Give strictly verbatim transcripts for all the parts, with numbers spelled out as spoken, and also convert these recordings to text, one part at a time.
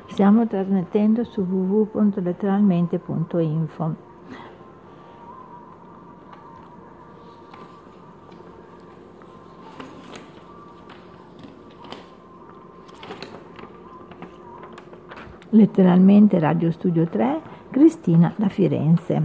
Stiamo trasmettendo su w w w punto letteralmente punto info. Letteralmente Radio Studio tre, Cristina da Firenze.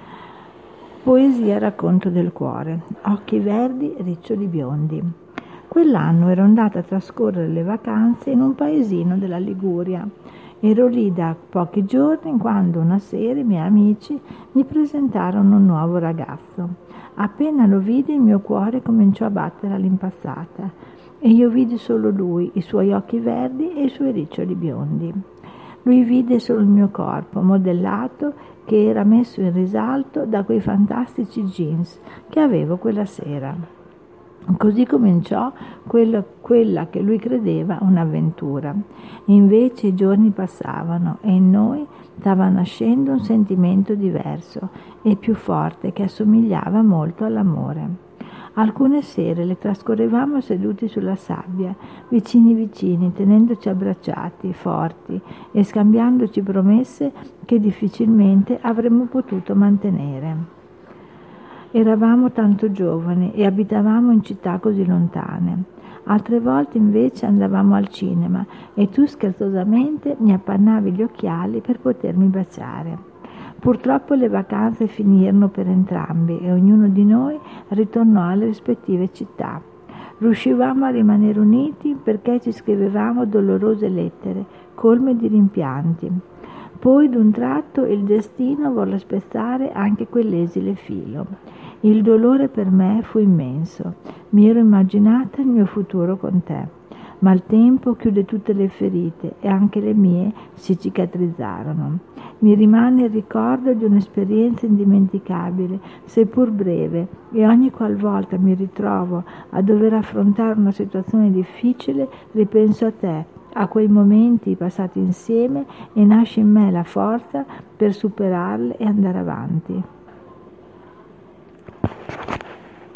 Poesia racconto del cuore. Occhi verdi, riccioli biondi. Quell'anno ero andata a trascorrere le vacanze in un paesino della Liguria. Ero lì da pochi giorni quando una sera i miei amici mi presentarono un nuovo ragazzo. Appena lo vidi il mio cuore cominciò a battere all'impazzata e io vidi solo lui, i suoi occhi verdi e i suoi riccioli biondi. Lui vide solo il mio corpo modellato che era messo in risalto da quei fantastici jeans che avevo quella sera. Così cominciò quello, quella che lui credeva un'avventura. Invece i giorni passavano e in noi stava nascendo un sentimento diverso e più forte che assomigliava molto all'amore. Alcune sere le trascorrevamo seduti sulla sabbia, vicini vicini, tenendoci abbracciati, forti e scambiandoci promesse che difficilmente avremmo potuto mantenere. Eravamo tanto giovani e abitavamo in città così lontane. Altre volte invece andavamo al cinema e tu scherzosamente mi appannavi gli occhiali per potermi baciare. Purtroppo le vacanze finirono per entrambi e ognuno di noi ritornò alle rispettive città. Riuscivamo a rimanere uniti perché ci scrivevamo dolorose lettere, colme di rimpianti. Poi d'un tratto il destino volle spezzare anche quell'esile filo. Il dolore per me fu immenso. Mi ero immaginata il mio futuro con te. Ma il tempo chiude tutte le ferite e anche le mie si cicatrizzarono. Mi rimane il ricordo di un'esperienza indimenticabile, seppur breve, e ogni qualvolta mi ritrovo a dover affrontare una situazione difficile, ripenso a te, a quei momenti passati insieme e nasce in me la forza per superarle e andare avanti.